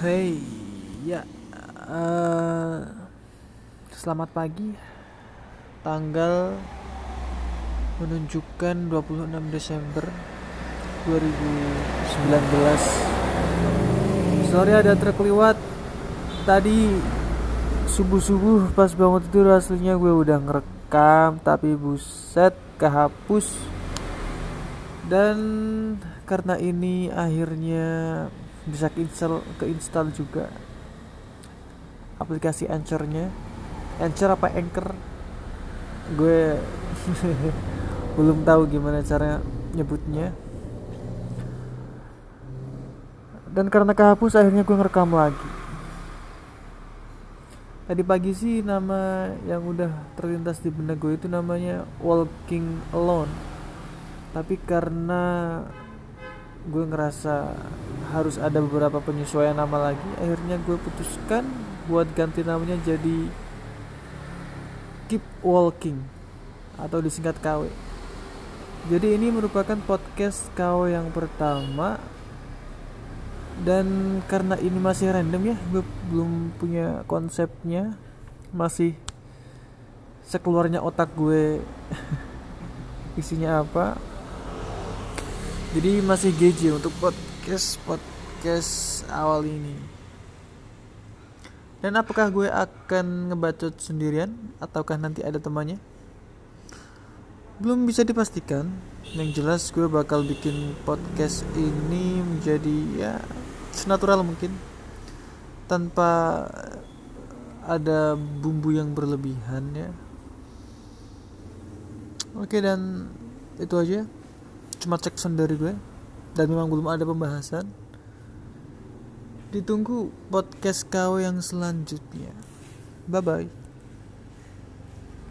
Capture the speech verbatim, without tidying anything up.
Hey, ya, eh, selamat pagi. Tanggal menunjukkan dua puluh enam Desember dua ribu sembilan belas. Sorry ada terkeliwat. Tadi subuh-subuh pas bangun tidur aslinya gue udah ngerekam, tapi buset kehapus. Dan karena ini akhirnya bisa keinstal keinstal juga aplikasi Anchor-nya. Anchor apa Anchor? Gue belum tahu gimana cara nyebutnya. Dan karena kehapus akhirnya gue ngerekam lagi. Tadi pagi sih nama yang udah terlintas di benak gue itu namanya Walking Alone. Tapi karena gue ngerasa harus ada beberapa penyesuaian nama lagi, akhirnya gue putuskan buat ganti namanya jadi Keep Walking atau disingkat K W. Jadi ini merupakan podcast K W yang pertama, dan karena ini masih random ya, gue belum punya konsepnya, masih sekeluarnya otak gue isinya apa. Jadi masih G J untuk podcast podcast awal ini. Dan apakah gue akan ngebacot sendirian ataukah nanti ada temannya? Belum bisa dipastikan. Yang jelas gue bakal bikin podcast ini menjadi ya senatural mungkin, tanpa ada bumbu yang berlebihan ya. Oke, dan itu aja. Cuma cek sound dari gue, dan memang belum ada pembahasan. Ditunggu podcast kau yang selanjutnya. Bye bye.